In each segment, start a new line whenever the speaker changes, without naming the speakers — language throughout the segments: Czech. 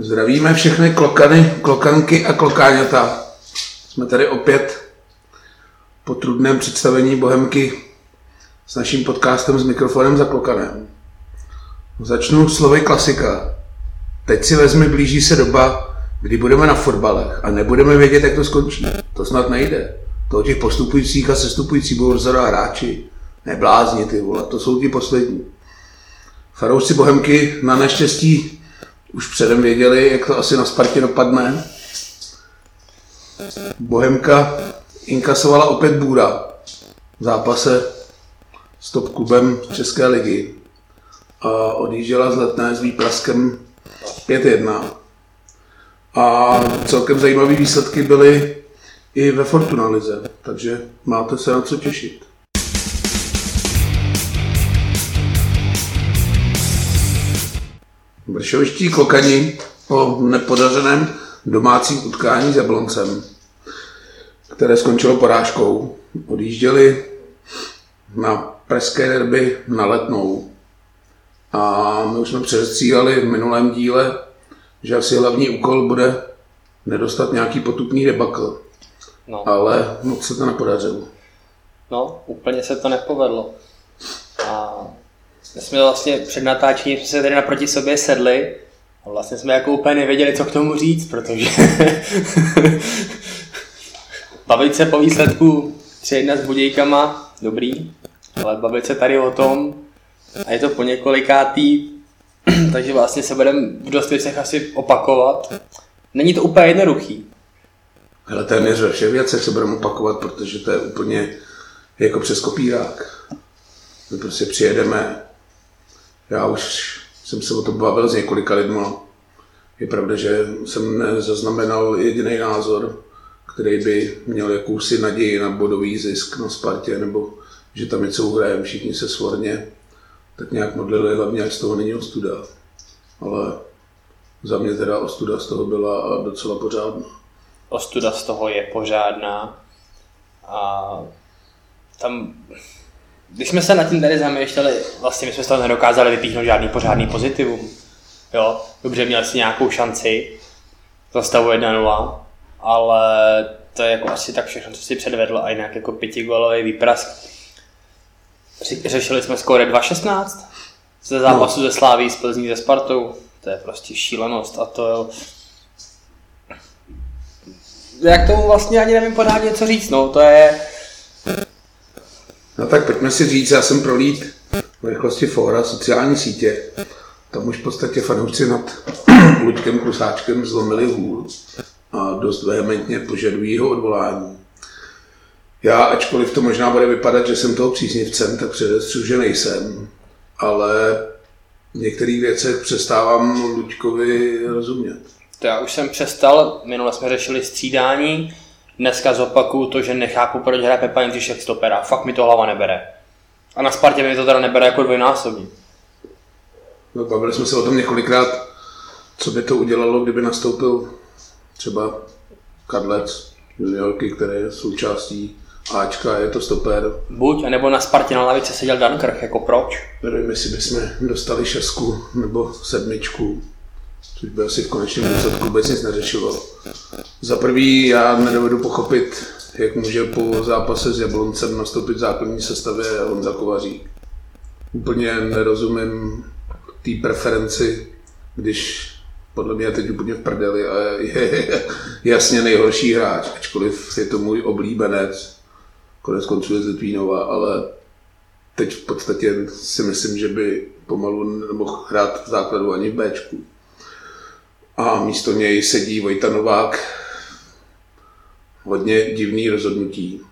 Zdravíme všechny klokany, klokanky a klokáňata. Jsme tady opět po trudném představení Bohemky s naším podcastem s mikrofonem za klokanem. Začnu slovy klasika. Teď si vezmi, blíží se doba, kdy budeme na fotbalech a nebudeme vědět, jak to skončí. To snad nejde. To těch postupujících a sestupujících budou rozhodovat hráči. Neblázni, ty vole, to jsou ti poslední. Fanoušci Bohemky na neštěstí už předem věděli, jak to asi na Spartě dopadne. Bohemka inkasovala opět bůra v zápase s top klubem České ligy a odjížděla z Letné s výpraskem 5-1. A celkem zajímavé výsledky byly i ve Fortuna lize, takže máte se na co těšit. Vršoviští klokani po nepodařeném domácím utkání s Jabloncem, které skončilo porážkou, odjížděli na pražské derby na Letnou. A my už jsme předstříhali v minulém díle, že asi hlavní úkol bude nedostat nějaký potupný debakl.
No.
Ale moc se to nepodařilo.
No, úplně se to nepovedlo. A my jsme vlastně před natáčením jsme se tady naproti sobě sedli a vlastně jsme jako úplně nevěděli, co k tomu říct, protože bavit se po výsledku 3-1 s Budějkama, dobrý, ale bavit se tady o tom a je to po několikátý, takže vlastně se budeme v dost věcech asi opakovat. Není to úplně jednoduchý.
Ale téměř ve všech věcech se budeme opakovat, protože to je úplně jako přes kopírák. My prostě přijedeme. Já už jsem se o tom bavil s několika lidma. Je pravda, že jsem nezaznamenal jediný názor, který by měl jakousi naději na bodový zisk na Spartě, nebo že tam něco uhrajeme, všichni se svorně tak nějak modlili, hlavně ať z toho není ostuda. Ale za mě teda ostuda z toho byla docela pořádná.
Ostuda z toho je pořádná a tam, když jsme se nad tím tady zamýšleli, vlastně my jsme z toho nedokázali vypíchnout žádný pořádný pozitivum. Jo, dobře, měl si nějakou šanci za stavu 1-0, ale to je jako asi tak všechno, co si předvedl a jinak jako 5gólový výprask. Řešili jsme skóre 2-16 ze zápasu ze Sláví, z Plzní, ze Spartou. To je prostě šílenost a to jak tomu vlastně ani nevím pořádně co říct, no to je...
No tak pojďme si říct, já jsem prolít v rychlosti fóra sociální sítě. Tam už v podstatě fanoušci nad Luďkem Klusáčkem zlomili hůl a dost vehementně požadují jeho odvolání. Já, ačkoliv to možná bude vypadat, že jsem toho příznivcem, tak předestřu, že nejsem, ale v některých věcech přestávám Luďkovi rozumět.
To já už jsem přestal, minule jsme řešili střídání, dneska zopakuju to, že nechápu, proč hraje Pepa Jindřišek stopera, fakt mi to hlava nebere. A na Spartě mi to teda nebere jako dvojnásobně.
No, bavili jsme se o tom několikrát, co by to udělalo, kdyby nastoupil třeba Kadlec juniorky, který je součástí Ačka, je to stoper.
Buď, anebo na Spartě na lavice seděl Dunkirk, jako proč?
Nevím, jestli bychom dostali 6 nebo 7, což by asi v konečném důsledku vůbec nic neřešilo. Za prvý já nedovedu pochopit, jak může po zápase s Jabloncem nastoupit v základní sestavě Honza Kovařík. Úplně nerozumím té preferenci, když podle mě je teď úplně v prdeli a je jasně nejhorší hráč, ačkoliv je to můj oblíbenec, konec konců je z Litvínova, ale teď v podstatě si myslím, že by pomalu nemohl hrát v základu ani v Bčku. A místo něj sedí Vojta Novák. Hodně divný rozhodnutí.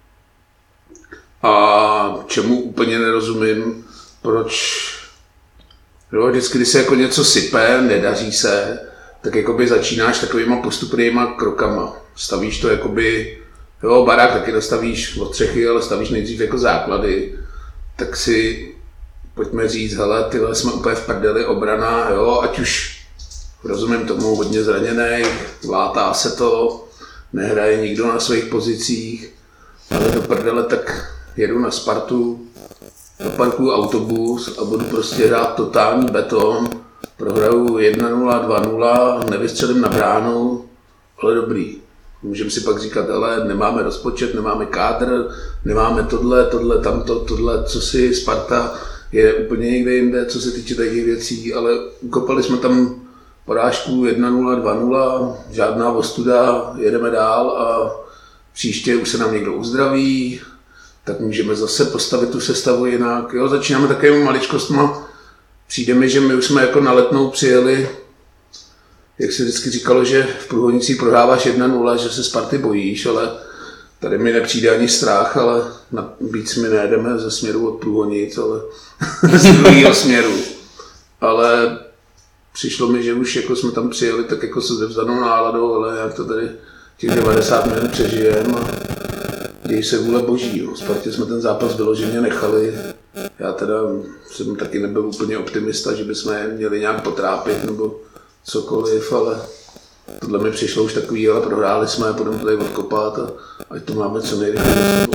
A čemu úplně nerozumím, proč vždycky, když se jako něco sype, nedaří se, tak jakoby začínáš takovýma postupnýma krokama. Stavíš to jakoby, jo, barák taky dostavíš od střechy, ale stavíš nejdřív jako základy. Tak si pojďme říct, hele, tyhle jsme úplně v prdeli, obrana, jo, ať už rozumím tomu, hodně zraněnej, látá se to, nehraje nikdo na svých pozicích, ale do prdele tak jedu na Spartu, zaparkuju autobus a budu prostě hrát totální beton prohraju 1-0, 2-0, nevystřelím na bránu, ale dobrý. Můžeme si pak říkat, ale nemáme rozpočet, nemáme kádr, nemáme tohle, tamto, tohle, co si Sparta je úplně někde jinde, co se týče těch věcí, ale ukopali jsme tam porážku 1-0, 2-0, žádná ostuda, jedeme dál a příště už se nám někdo uzdraví, tak můžeme zase postavit tu sestavu jinak. Jo, začínáme takovými maličkostma. Přijde mi, že my už jsme jako na Letnou přijeli, jak se vždycky říkalo, že v Průhonicích prohráváš 1-0, že se Sparty bojíš, ale tady mi nepřijde ani strach, ale víc my nejedeme ze směru od Průhonic, ale z druhého směru. Ale přišlo mi, že už jako jsme tam přijeli tak jako se vzdanou náladou, ale jak to tady těch 90 minut přežijeme a dějí se vůle boží. No. Spartě jsme ten zápas vyloženě nechali. Já teda jsem taky nebyl úplně optimista, že bychom je měli nějak potrápit nebo cokoliv, ale tohle mi přišlo už takový, ale prohráli jsme a budeme tady odkopat a ať to máme co nejrychleji.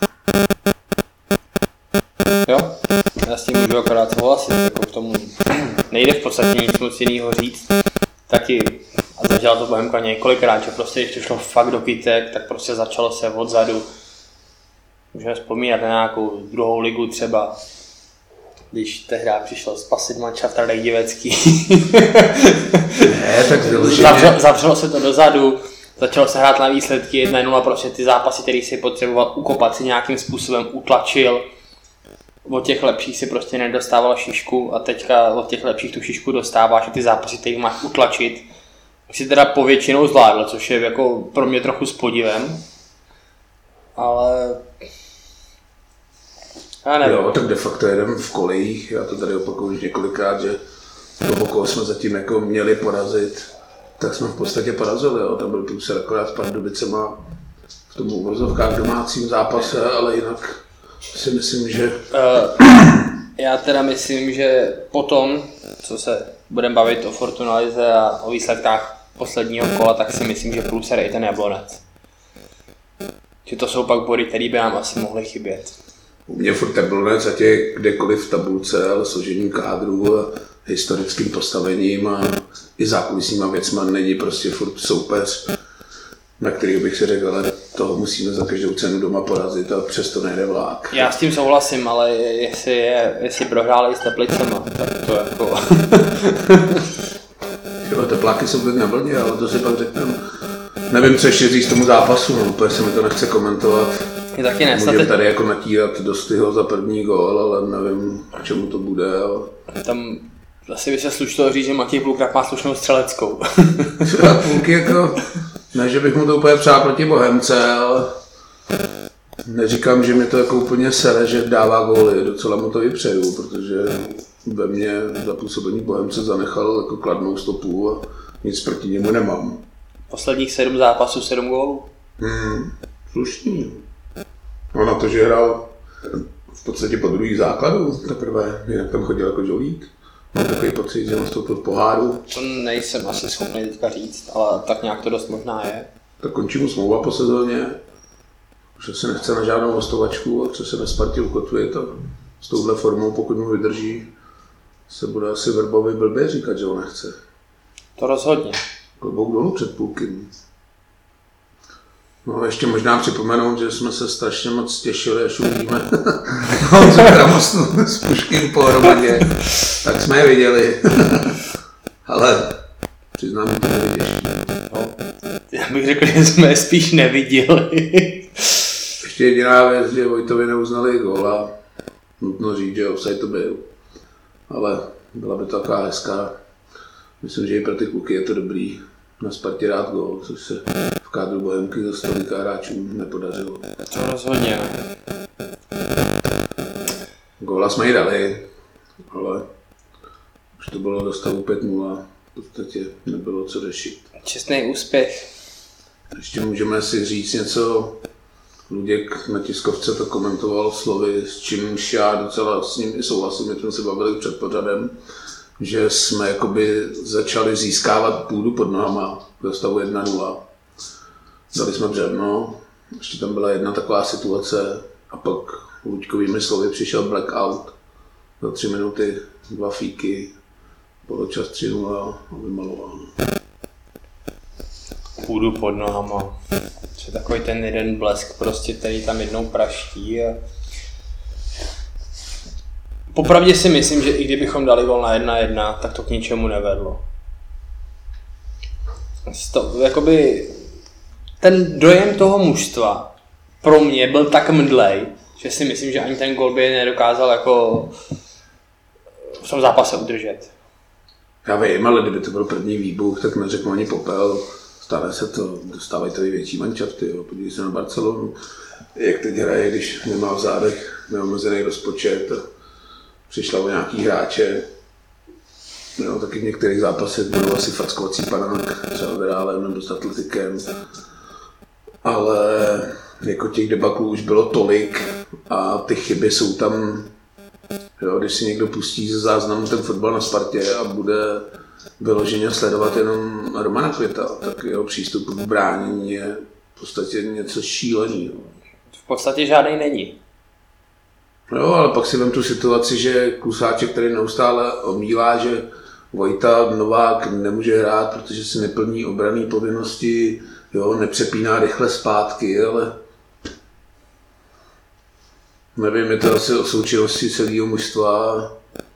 Jo, já s tím můžu akorát souhlasit, jako v tom nejde v podstatě nic moc jinýho říct. Taky, a zažila to Bohemka několikrát, že prostě když to šlo fakt do kytek, tak prostě začalo se odzadu. Můžeme vzpomínat na nějakou druhou ligu třeba, když tehdy přišlo spasit manšaft Radek Divecký.
Ne, tak
zavřelo se to dozadu, začalo se hrát na výsledky 1-0, prostě ty zápasy, které si potřeboval ukopat, si nějakým způsobem utlačil. Od těch lepších si prostě nedostával šišku a teďka od těch lepších tu šišku dostáváš a ty zápasy, které máš utlačit. Už si teda povětšinou zvládl, což je jako pro mě trochu s podivem. Ale já nevím.
Jo, tak de facto jedeme v kolejích, já to tady opakuju už několikrát, že toho, koho jsme zatím jako měli porazit, tak jsme v podstatě porazili, jo. Tam byl průser akorát s Pardubicema v tom uvozovkách domácím zápase, ale jinak si myslím, že...
Já teda myslím, že potom, co se budeme bavit o Fortuna lize a o výsledkách posledního kola, tak si myslím, že průser je i ten Jablonec. Že to jsou pak body, které by nám asi mohly chybět.
U mě furt Jablonec, ať je kdekoliv v tabulce, ale složením kádru a historickým postavením a i zákulisníma věcma není prostě furt soupeř, na který bych si řekl, ale toho musíme za každou cenu doma porazit a přesto nejde vlák.
Já s tím souhlasím, ale jestli prohráli s Teplicema, tak to jako...
Jo, Tepláky jsou teď na vlně, ale to si pak řekneme. Nevím, co ještě říct tomu zápasu, no, úplně se mi to nechce komentovat.
Taky ne,
můžeme tady jako natírat Dostyho za první gól, ale nevím, k čemu to bude. Ale...
Tam asi by se slušilo říct, že Matěj Plukrák má slušnou střeleckou.
A Půlky jako, ne, že bych mu to úplně přál proti Bohemce, ale neříkám, že mi to jako úplně sere, že dává góly, docela mu to i přeju, protože ve mně za působení Bohemce zanechal jako kladnou stopu a nic proti němu nemám.
Posledních 7 zápasů, 7 gólů.
Slušný. No na to, že hrál v podstatě po druhých základů, teprve jinak tam chodil jako žolík. Mám takový pocit, že nastoupil v poháru.
To nejsem asi schopný teďka říct, ale tak nějak to dost možná je.
Tak končí mu smlouva po sezóně, že se nechce na žádnou hostovačku a co se ve Spartě ukotvuje, tak s touhle formou, pokud mu vydrží, se bude asi Verbovi blbě říkat, že ho nechce.
To rozhodně.
Klobouk dolů před Půlkym. No ještě možná připomenout, že jsme se strašně moc těšili, až uvidíme Honzu Kramosnu s Puškým pohromadě. Tak jsme je viděli. Ale přiznám, že to nevytěží.
No, já bych řekl, že jsme je spíš neviděli.
Ještě jediná věc, že Vojtovi neuznali góla. Nutno říct, že offside to byl. Ale byla by to taková hezká. Myslím, že i pro ty kluky je to dobrý. Na Spartě rád gól, což se v kádru Bohemky za stolika hráčů nepodařilo.
To rozhodně.
Góla jsme jí dali, ale už to bylo do stavu 5-0, v podstatě nebylo co řešit.
Čestný úspěch.
Ještě můžeme si říct něco, Luděk na tiskovce to komentoval slovy, s čímž já docela s ním i souhlasím, my jsme se bavili před pořadem, že jsme jakoby začali získávat půdu pod nohama ve stavu 1-0. Dali jsme břevno, ještě tam byla jedna taková situace a pak Luďkovými slovy přišel blackout. Za 3 minuty 2 fíky poločas 3-0 a vymaloval.
Půdu pod nohama. To je takový ten jeden blesk prostě, který tam jednou praští. A... Popravdě si myslím, že i kdybychom dali gol na 1-1, tak to k ničemu nevedlo. Jakoby ten dojem toho mužstva pro mě byl tak mdlej, že si myslím, že ani ten gol by nedokázal jako v tom zápase udržet.
Já vím, ale kdyby to byl první výbuch, tak neřeknu ani popel. Stane se to, dostávají tady větší manšafty. Podívej se na Barcelonu, jak teď hraje, když nemá v zádech neomezený rozpočet a přišla o nějaký hráče. No, taky v některých zápasech budou asi fackovací panák, třeba Virálem nebo s Atletikem. Ale jako těch debaklů už bylo tolik a ty chyby jsou tam, jo, když si někdo pustí ze záznamu ten fotbal na Spartě a bude vyloženě sledovat jenom Romana Květa, tak jeho přístup k bránění je v podstatě něco šíleného.
V podstatě žádnej není.
Jo, ale pak si vem tu situaci, že Klusáček, který neustále omílá, že Vojta Novák nemůže hrát, protože si neplní obranné povinnosti, jo, nepřepíná rychle zpátky, ale nevím, je to asi o součinnosti celého mužstva.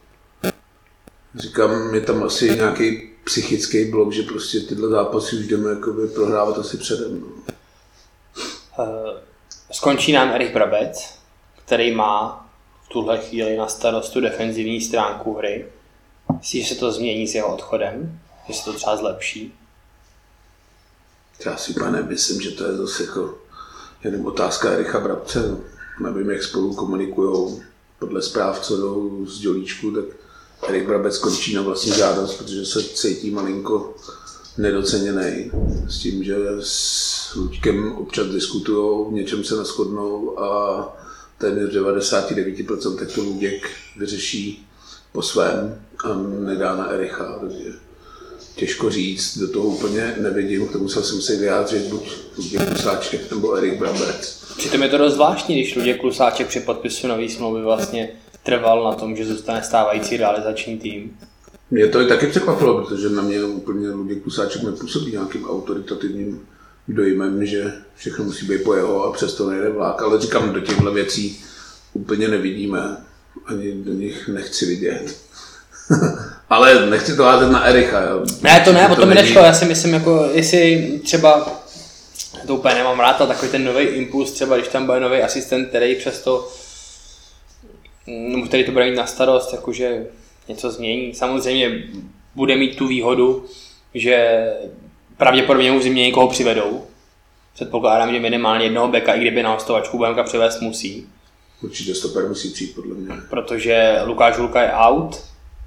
Říkám, je tam asi nějaký psychický blok, že prostě tyhle zápasy už jdeme jakoby prohrávat asi předem. No.
Skončí nám Erich Brabec, který má v tuhle chvíli na starostu defenzivní stránku hry. Myslíš, že se to změní s jeho odchodem? Že se to třeba zlepší?
Já si úplně nemyslím, že to je zase jako jenom otázka Ericha Brabce. Nevím, jak spolu komunikujou. Podle zpráv, co jdou z Dělíčku, tak Erich Brabec končí na vlastní žádost, protože se cítí malinko nedoceněný. S tím, že s Luďkem občas diskutujou, v něčem se neshodnou a téměř 99% to Luděk vyřeší po svém a nedá na Ericha. Takže těžko říct, do toho úplně nevidím, k tomu se musí vyjádřit buď Luděk Klusáček nebo Erich Brabec.
Přitom je to dost zvláštní, když Luděk Klusáček při podpisu nový smlouvy vlastně trval na tom, že zůstane stávající realizační tým.
Mě to i taky překvapilo, protože na mě úplně Luděk Klusáček nepůsobí nějakým autoritativním dojmem, že všechno musí být po jeho a přesto nejde vlák. Ale říkám, do těchto věcí úplně nevidíme, ani do nich nechci vidět. Ale nechci to házet na Ericha. Jo.
Ne, to ne, o to mi nešlo. Já si myslím, jako jestli třeba, to úplně nemám rád, ale takový ten nový impuls, třeba když tam bude nový asistent, který přesto, který to bude mít na starost, jakože něco změní. Samozřejmě bude mít tu výhodu, že pravděpodobně mu v zimě někoho přivedou. Předpokládám, že minimálně jednoho beka, i kdyby na hostovačku Bohemka přivést musí.
Určitě stoper musí přijít, podle mě.
Protože Lukáš Hulka je out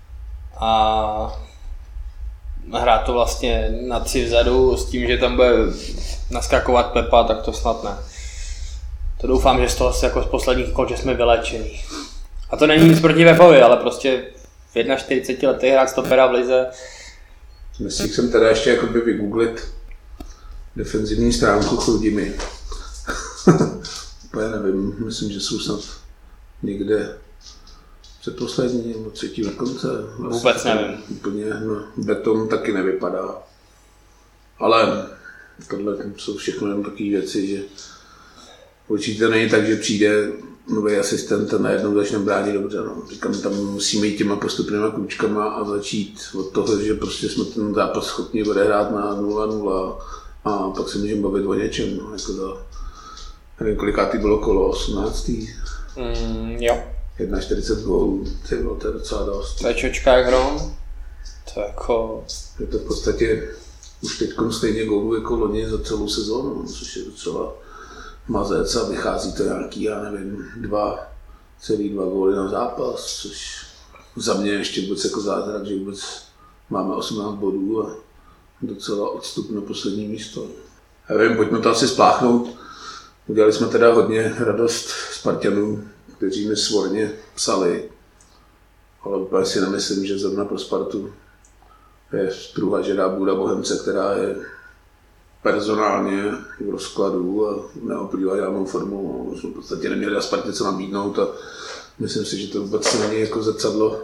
a hrát to vlastně na 3 vzadu s tím, že tam bude naskakovat Pepa, tak to snad ne. To doufám, že z toho jako z posledních kol, že jsme vylečení. A to není nic proti Pepovi, ale prostě v 41 letech hrát stopera v lize.
Myslím, že jsem teda ještě jakoby vygooglit defenzivní stránku Chrudimi. Úplně nevím, myslím, že jsou snad někde předposlední nebo třetí na konce.
Vůbec nevím.
Úplně, no, Beton taky nevypadá. Ale tohle jsou všechno jen takové věci, že určitě není tak, že přijde nový asistent a najednou začne bránit dobře. No. Říkám, tam musíme jít těma postupnýma kručkama a začít od toho, že prostě jsme ten zápas schopni odehrát na 0-0 a pak se můžeme bavit o něčem. No. Jako to, nevím, kolikátý bylo kolo, 18.
Jo.
41 gólů, to je docela dost.
To je čočka jak hrom. To jako...
Je to v podstatě už teď stejně gólů jako loni za celou sezónu, což je docela mazec a vychází to nějaký, já nevím, 2,2 góly na zápas, což za mě ještě vůbec jako zázrak, že vůbec máme 18 bodů a docela odstup na poslední místo. Já vím, pojďme to asi spláchnout. Udělali jsme teda hodně radost Spartanů, kteří mi svorně psali, ale úplně si nemyslím, že zrovna pro Spartu je průhažená bůda Bohemce, která je personálně v rozkladu a neoplývá žádnou formu. Jsme v podstatě neměli na Spartě co nabídnout a myslím si, že to vůbec není jako zrcadlo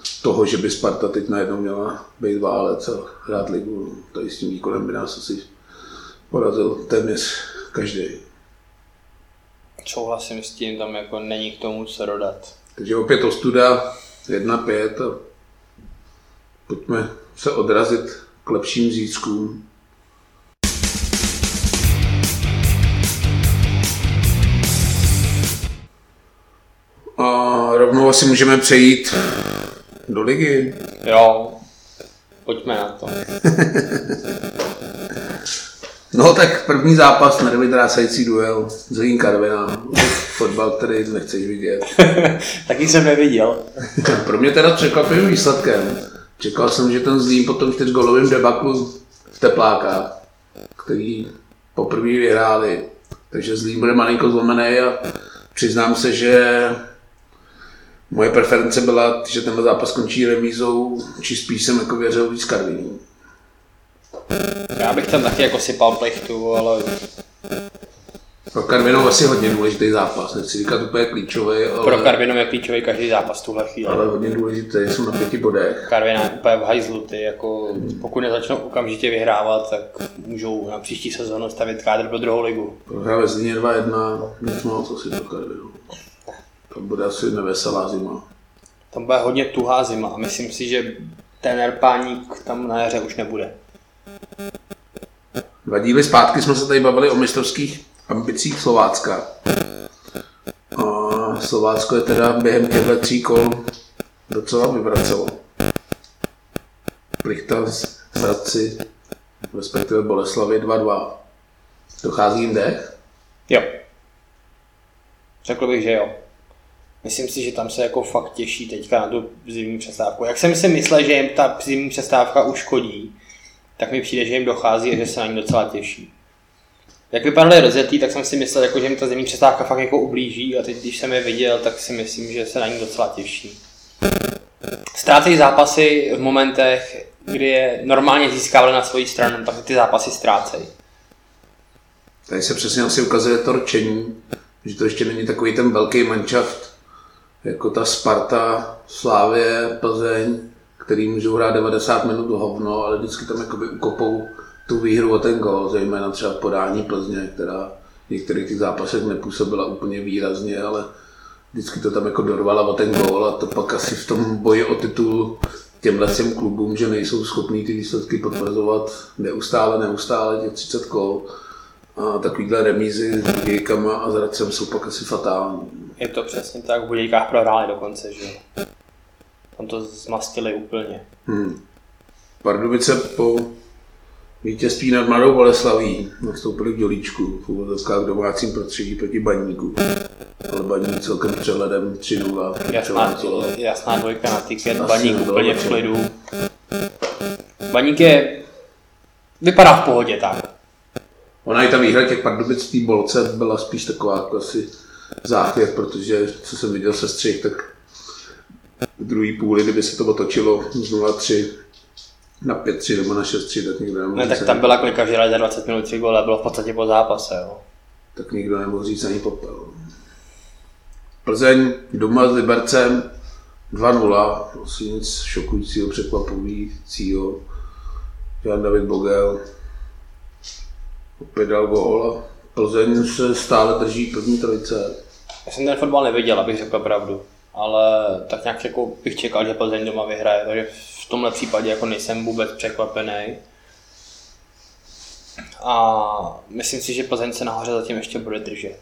toho, že by Sparta teď najednou měla být válec a hrát ligu. Tady s tím výkonem by nás asi porazil téměř každý.
Souhlasím s tím, tam jako není k tomu co dodat.
Takže opět ostuda 1-5 a pojďme se odrazit k lepším zítřkům. A rovnou asi můžeme přejít do ligy.
Jo, pojďme na to.
No tak první zápas, nervydrásající duel, Zlín Karviná, fotbal, který nechceš vidět.
Taky jsem neviděl.
Pro mě teda překvapivým výsledkem. Čekal jsem, že ten Zlín po tom 4gólovém debaklu v Teplákách, který poprvé vyhráli, takže Zlín bude malinko zlomený a přiznám se, že moje preference byla, že tenhle zápas končí remízou, či spíš jsem jako věřil víc Karviní.
Já bych tam taky jako sypal plechtu, ale...
Pro Karvinou asi hodně důležitý zápas, nechci říkat úplně klíčový, ale...
Pro Karvinou je klíčový každý zápas tuhle chvíli.
Ale hodně důležitý, jsou na 5 bodech.
Karviná je úplně v hajzlu, ty jako pokud nezačnou okamžitě vyhrávat, tak můžou na příští sezónu stavit kádr pro druhou ligu.
Prohrá ve Zlíně 2-1, nic moc asi pro Karvinou. To bude asi neveselá zima.
Tam bude hodně tuhá zima a myslím si, že trenér Páník tam na jaře už nebude.
2 díly zpátky jsme se tady bavili o mistrovských ambicích Slovácka. A Slovácko je teda během těchto 3 kol docela vyvracelo. Plichta z Hradci, respektive Boleslavy 2-2. Dochází jim dech?
Jo. Řekl bych, že jo. Myslím si, že tam se jako fakt těší teďka na tu zimní přestávku. Jak jsem si myslel, že jim ta zimní přestávka uškodí, tak mi přijde, že jim dochází a že se na ní docela těší. Jak vypadaly rozjetý, tak jsem si myslel, jako, že jim ta zimní přestávka fakt jako ublíží a teď, když jsem je viděl, tak si myslím, že se na ní docela těší. Ztrácejí zápasy v momentech, kdy je normálně získávali na svoji stranu, tak ty zápasy ztrácejí.
Tady se přesně asi ukazuje to rčení, že to ještě není takový ten velký manšaft, jako ta Sparta, Slavie, Plzeň, který můžou hrát 90 minut hovno, ale vždycky tam jakoby ukopou tu výhru o ten gól, zejména třeba podání Plzně, která v některých těch zápasech nepůsobila úplně výrazně, ale vždycky to tam jako dorvala o ten gól a to pak asi v tom boji o titul těmhle těm klubům, že nejsou schopní ty výsledky potvrzovat neustále těch 30 kol. A takovýhle remízy s Budějkama a s Hradcem jsou pak asi fatální.
Je to přesně tak, v Budějkách prohráli dokonce, že jo. Tam to zmastili úplně.
Pardubice po vítězství nad Mladou Boleslaví nastoupili k Dělíčku v úvodovkách domácím prostředí proti Baníku. Ale Baník celkem přehledem 3-0.
Jasná dvojka na tiket, Baník úplně v klidu. Baník vypadá v pohodě tak.
Ona i ta výhra těch Pardubic v té Bolce byla spíš taková jako asi záchvěv, protože co jsem viděl se střih, tak v druhé půli, kdyby se to otočilo z 0-3 na 5-3 nebo na 6-3, tak nikdo nemohl říct.
Ne, tak tam byla klika, že za 20 minut 3 góly, bylo v podstatě po zápase, jo.
Tak nikdo nemohl říct ani popel. Plzeň doma s Libercem 2-0, asi nic šokujícího, překvapujícího. Jan David Bogel opět dal gól a Plzeň se stále drží první trojice.
Já jsem ten fotbal neviděl, abych řekl pravdu, ale tak nějak jako bych čekal, že Plzeň doma vyhraje, takže v tomhle případě jako nejsem vůbec překvapený. A myslím si, že Plzeň se nahoře zatím ještě bude držet.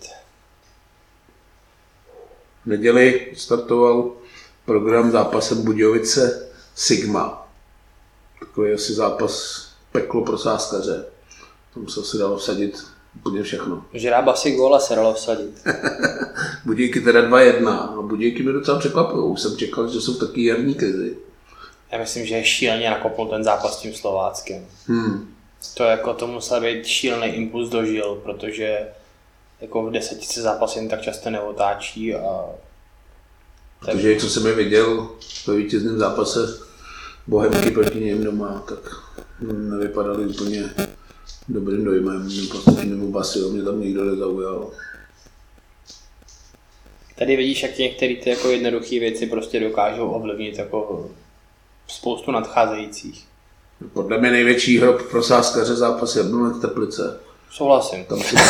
V neděli startoval program zápasem Budějovice Sigma. Takový asi zápas peklo pro sázkaře. Tam se asi dalo vsadit úplně všechno.
Žrába si góla se dalo vsadit.
Budějky teda 2-1 a Budějky mě docela překvapují. Už jsem čekal, že jsou taky jarní krizi.
Já myslím, že šíleně nakopnul ten zápas s tím Slováckem. To musel být šílený impuls do žil, protože jako v 10 zápasy tak často neotáčí a...
Protože co jsem je viděl ve vítězném zápase Bohemky proti něm doma, tak nevypadali úplně dobrým dojmem. Prostě Basil mě tam nikdo nezaujal.
Tady vidíš, jak některé ty jako jednoduché věci prostě dokážou ovlivnit jako spoustu nadcházejících.
Podle mě největší hrob pro sázkaře zápas Jablonec Teplice.
Souhlasím.
Tam si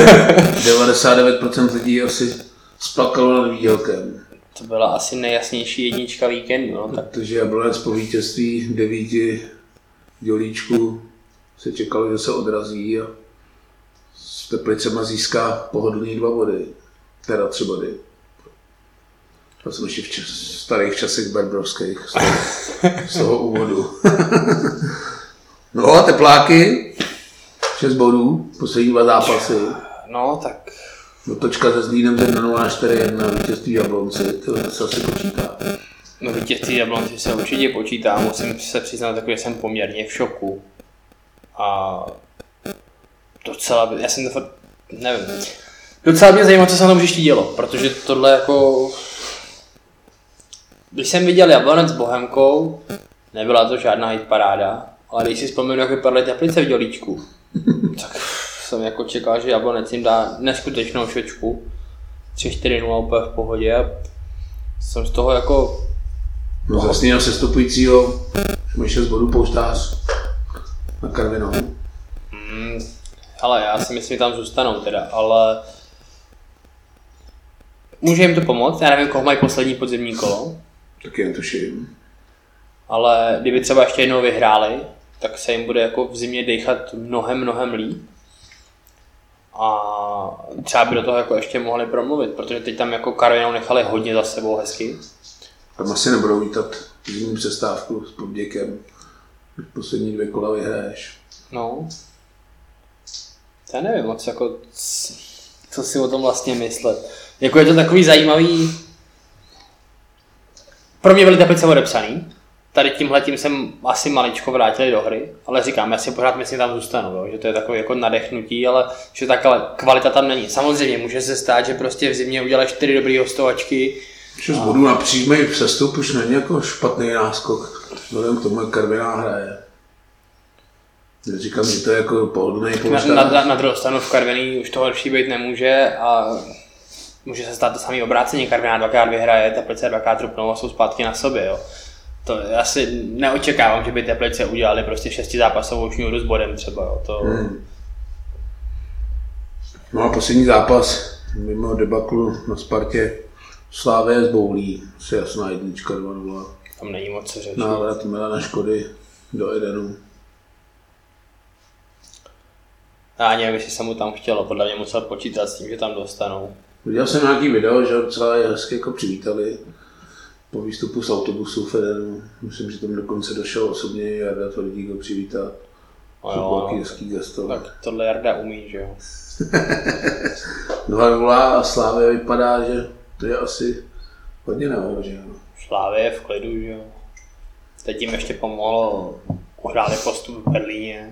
99% lidí asi splakalo nad výdělkem.
To byla asi nejjasnější jednička víkendu. No, tak.
Protože Jablonec po vítězství 9 dělíčků se čekalo, že se odrazí a s Teplicema získá pohodlný 2 body. Teda 3 body. To jsem ještě v starých časech berbrovských z toho úvodu. No a Tepláky, 6 bodů, poslední 2 zápasy.
No tak.
Dotočka se Zlínem 1-0-4-1, vítězství Jablonci, to se asi počítá.
No vítězství Jablonci se určitě počítá, musím se přiznat, že jsem poměrně v šoku. A docela, já jsem to fakt, nevím. Docela mě zajímá, co se tam ještě dělo, protože tohle jako... Když jsem viděl Jablonec s Bohemkou, nebyla to žádná hitparáda, ale když si vzpomenu, jak vypadaly Teplice v dělíčku, tak jsem jako čekal, že Jablonec jim dá neskutečnou šočku. 3-4-0 úplně v pohodě a jsem z toho jako...
No zase měl sestupujícího, mají 6 bodů Polštář na Karvinou.
Ale já si myslím, že tam zůstanou teda, ale... Může jim to pomoct, já nevím, koho mají poslední podzimní kolo.
Taky jen tuším.
Ale kdyby třeba ještě jednou vyhráli, tak se jim bude jako v zimě dechat mnohem líp. A třeba by do toho jako ještě mohli promluvit, protože teď tam jako Karvinou nechali hodně za sebou hezky.
Tam asi nebudou vítat zimní přestávku s Povděkem, když poslední 2 kola vyhraješ.
No. Já nevím moc, jako, co si o tom vlastně myslet. Jako je to takový zajímavý... Pro mě byly Teplice odepsaný. Tady tímhletím jsem asi maličko vrátili do hry, ale říkám, já si pořád myslím, tam zůstanu, jo? Že to je takové jako nadechnutí, ale že ta kvalita tam není. Samozřejmě může se stát, že prostě v zimě uděláš 4 dobrý hostovačky.
6 bodů na přímý přestup už není jako špatný náskok, vzhledem k tomu, jak Karviná hraje. Já říkám, že to je jako pohodlný Polštář.
Na druhou stranu v Karviní už to horší být nemůže a může se stát to samý obráceně. Karviná 2krát vyhraje, Teplice 2krát trupnou a jsou zpátky na sobě. Jo. To já si neočekávám, že by Teplice udělali prostě 6zápasovou šňůru s bodem třeba. Jo. To...
No a poslední zápas mimo debaklu na Spartě Slávě s Boulí, asi jasná 1-2-0.
Tam není moc co řečit.
Návrat Milana Škody do Edenu.
Já ani nevím, jestli se mu tam chtělo, podle mě musel počítat s tím, že tam dostanou.
Viděl jsem nějaký video, že docela je hezky jako přivítali po výstupu z autobusu v Edenu. Myslím, že tam dokonce došel osobně Jarda Tvrdík ho přivítat.
No,
hezký gesto.
Tak tohle Jarda umí, že jo.
2-0 a Slávě vypadá, že to je asi hodně neohroženo.
Slávě je v klidu, že jo. Teď jim ještě pomohlo, uhráli postup v Berlíně.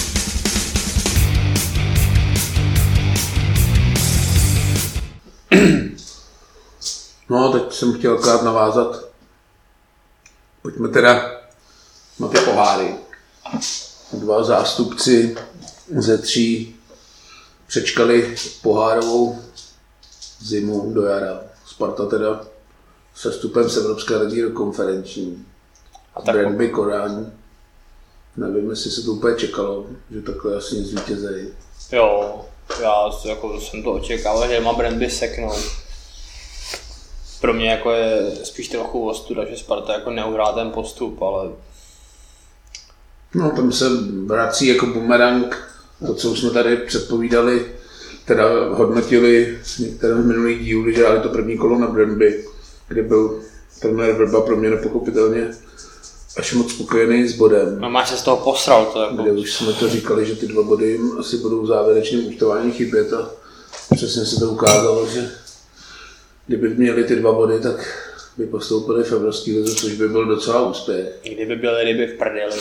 No, teď jsem chtěl akorát navázat. Pojďme teda na ty poháry. 2 zástupci ze 3 přečkali pohárovou zimu do jara. Sparta teda se vstupem z Evropské ligy do konferenční. Brandby Kodaň. Nevím, jestli se to úplně čekalo, že takhle jasně zvítězejí.
Jo, já jako jsem to očekával, že má Brandby seknout. Pro mě jako je spíš trochu ostuda, že Sparta jako neuhrál ten postup, ale...
No, tam se vrací jako bumerang, to, co už jsme tady předpovídali, teda hodnotili některé v minulých dílů, když hráli to první kolo na Brandby, kde byl trenér Vrba pro mě nepochopitelně až moc spokojený s bodem.
No máš se z toho posral to jako...
Kde už jsme to říkali, že ty 2 body jim asi budou v závěrečném účtování chybět a přesně se to ukázalo, že kdyby měli ty 2 body, tak by postoupili v Evropské lize, což by byl docela úspěch.
Kdyby byly ryby v prdeli.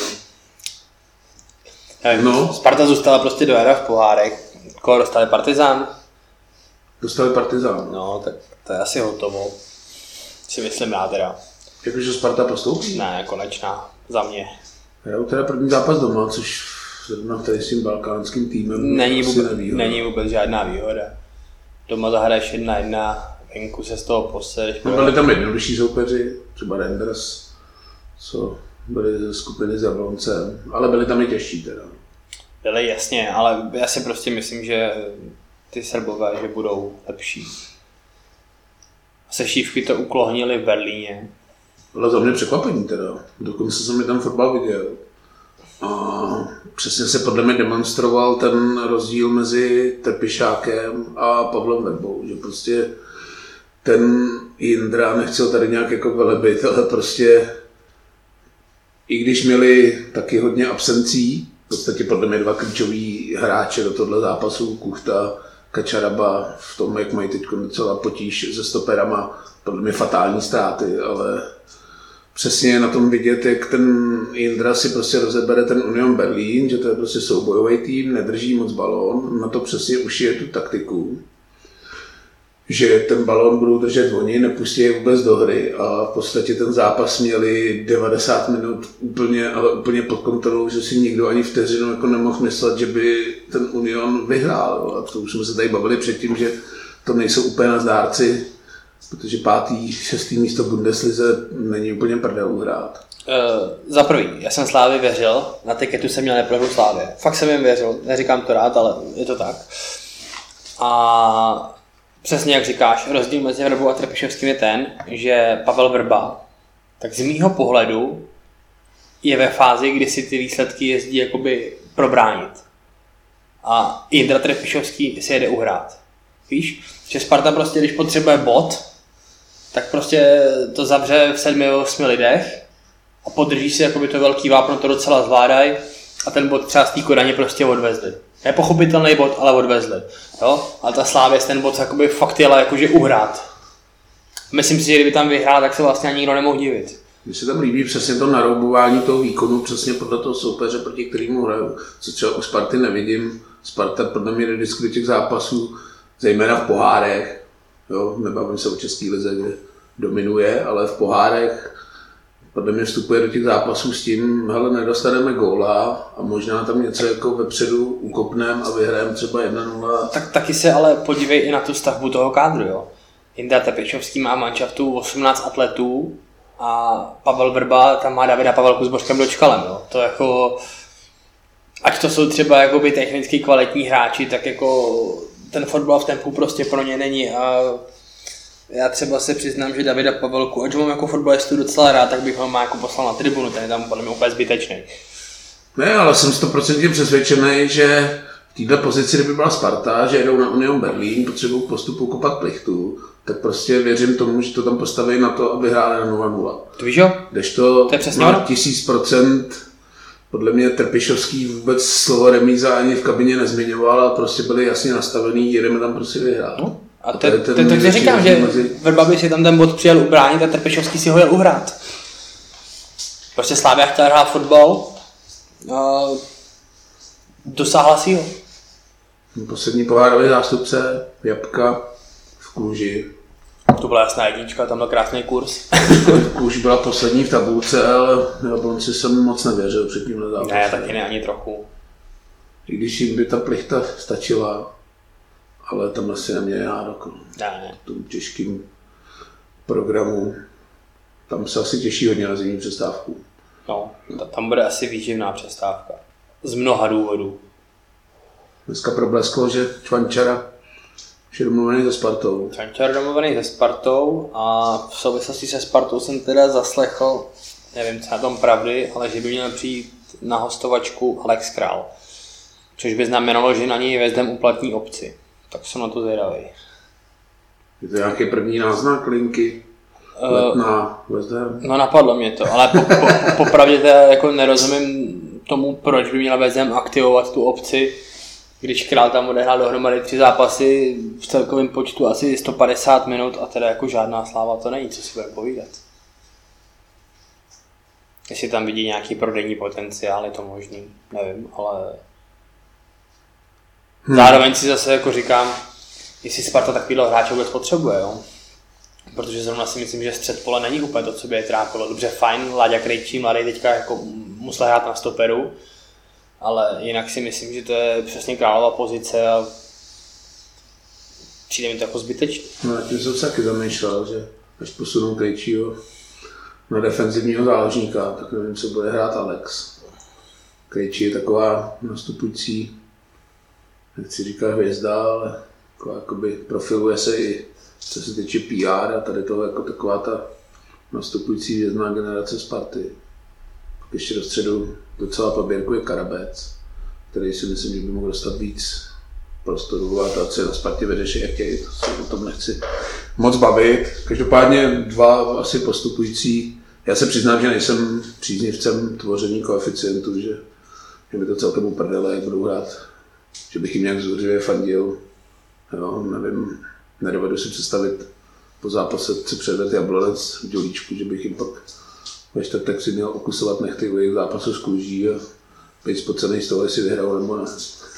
No.
Sparta zůstala prostě do jara v pohárech. Koho dostali Partizán?
Dostali Partizán.
No, tak to je asi hotovo. Si myslím já teda.
Jakože Sparta postoupí?
Ne, konečná. Za mě.
Hrajou teda první zápas doma, což zrovna tady s tím balkánským týmem
není vůbec žádná výhoda. Doma zahraješ 1-1, venku se z toho posedeš.
Byli tam jednodušší soupeři, třeba Rangers, co byli ze skupiny s Jabloncem, ale byli tam i těžší teda.
Byli jasně, ale já si prostě myslím, že ty Srbové, že budou lepší. Sešívky to uklohnili v Berlíně.
Bylo za mě překvapení teda, dokonce jsem mi ten fotbal viděl. A přesně se podle mě demonstroval ten rozdíl mezi Trpišákem a Pavlem Verbou, že prostě ten Jindra nechtěl tady nějak jako velebit, ale prostě i když měli taky hodně absencí, v podstatě podle mě dva klíčoví hráče do tohle zápasu, Kuchta, Kačaraba, v tom, jak mají teď docela potíž se stoperama, podle mě fatální ztráty, ale přesně je na tom vidět, jak ten Jindra si prostě rozebere ten Union Berlin, že to je prostě soubojový tým, nedrží moc balón, na to přesně ušije tu taktiku, že ten balón budou držet oni, nepustí je vůbec do hry a v podstatě ten zápas měli 90 minut úplně pod kontrolou, že si nikdo ani vteřinu jako nemohl myslet, že by ten Union vyhrál. A to už jsme se tady bavili předtím, že to nejsou úplně nazdárci, protože 5., 6. místo Bundeslize není úplně prdel hrát.
Za prvý, já jsem Slávy věřil, na tiketu jsem měl neprohru Slávy. Fakt jsem jim věřil, neříkám to rád, ale je to tak. A přesně jak říkáš, rozdíl mezi Vrbou a Trpišovským je ten, že Pavel Vrba, tak z mýho pohledu je ve fázi, kdy si ty výsledky jezdí jakoby probránit. A Jindra Trpišovský si jede uhrát. Víš, že Sparta prostě, když potřebuje bod, tak prostě to zavře v 7-8 lidech a podrží si jakoby to velký vápno, to docela zvládají a ten bod třeba z té Kodaně prostě odvezli. Nepochopitelný bod, ale odvezli. Jo? A ta Slávě ten bod jakoby fakt jela jakože uhrát. Myslím si, že kdyby tam vyhrál, tak se vlastně ani nikdo nemohl divit.
Mně se tam líbí přesně to naroubování toho výkonu, přesně podle toho soupeře, proti kterému hraju, co třeba u Sparty nevidím. Sparta podle mě jde vždycky do těch zápasů, zejména v pohárech, jo? Nebavím se o České lize, kde dominuje, ale v pohárech podle mě vstupuje do těch zápasů s tím, hele, nedostaneme góla a možná tam něco jako vepředu ukopneme a vyhrajeme třeba 1-0.
Tak taky se ale podívej i na tu stavbu toho kádru, jo. Jindra Trpišovský má manšaftu 18 atletů a Pavel Vrba tam má Davida Pavelku s Božkem Dočkalem, jo. To jako, ať to jsou třeba jakoby technicky kvalitní hráči, tak jako ten fotbal v tempu prostě pro ně není a já třeba se přiznám, že Davida Pavelku, ať mám jako fotbalistu docela rád, tak bych ho jako poslal na tribunu, ten je tam podle mě úplně zbytečný.
Ne, ale jsem 100% přesvědčený, že v této pozici, kdyby byla Sparta, že jedou na Union Berlin, potřebují postupu kopat plichtu, tak prostě věřím tomu, že to tam postaví na to, aby hráli na 0-0.
To víš jo?
Kdežto
to je přesně
na 1000%, podle mě Trpišovský vůbec slovo remíza ani v kabině nezmiňoval a prostě byli jasně nastavený, jedeme tam prostě vyhrát.
No. A to říkám, že Vrba by si tam ten bod přijel ubránit a Trpišovský si ho jel uhrát. Prostě Slavia chtěla hrát fotbal a dosáhla si ho.
Poslední pohárový zástupce, Jabka v Kluži.
To byla jasná jednička, tam byl krásný kurz.
Kluž byla poslední v tabulce, ale Jablonci jsem moc nevěřil před tímhle zápasem.
Ne, taky ne, ani trochu.
I když jim by ta plichta stačila, ale tam asi neměli nárok.
Ne.
V tom těžkým programu. Tam se asi těší hodně na zimní přestávku.
No, tam bude asi výživná přestávka. Z mnoha důvodů.
Dneska problesklo, že Čvančara je domluvený se Spartou.
Čvančara domluvený se Spartou a v souvislosti se Spartou jsem teda zaslechl, nevím, co na tom pravdy, ale že by měl přijít na hostovačku Alex Král. Což by znamenalo, že na něj Vezdem uplatní opci. Tak jsem na to zvědavý.
Je to nějaký první náznak linky? Letná Vezdem?
No napadlo mě to, ale popravdě teda jako nerozumím tomu, proč by měla Vezdem aktivovat tu opci, když Král tam odehrál dohromady 3 zápasy v celkovém počtu asi 150 minut a teda jako žádná sláva to není, co si budeme povídat. Jestli tam vidí nějaký prodejní potenciál, je to možný, nevím, ale zároveň si zase jako říkám, jestli Sparta takovýhle hráče vůbec potřebuje, jo? Protože zrovna si myslím, že střed pole není úplně to, co by je trápilo. Dobře, fajn, Láďa Krejčí, mladý teďka jako musel hrát na stoperu, ale jinak si myslím, že to je přesně Králova pozice a Přijde mi to jako zbytečný.
No a tím jsem se taky zamýšlel, že až posunou Krejčího na defenzivního záložníka, tak nevím, co bude hrát Alex. Krejčí je taková nastupující, nechci říkat hvězda, ale jakoby profiluje se i co se týče PR a tady to jako taková ta nastupující hvězdná generace Sparty. Pak ještě do středu docela paběrkuje Karabec, který si myslím, že by mohl dostat víc prostoru a to, co na Spartě vedeš, jak chtějí, to se o tom nechci moc bavit. Každopádně dva asi postupující. Já se přiznám, že nejsem příznivcem tvoření koeficientů, že mi to celkem uprdele, jak budou hrát, že bych jim nějak zúřivě fandil. Jo, nevím, nedovedu si představit po zápase, co předved Jablonec v Dělíčku, že bych jim pak ve čtvrtek si měl okusovat nechty u jejich zápasu s kůží a být spocený z toho, jestli vyhrál nebo ne.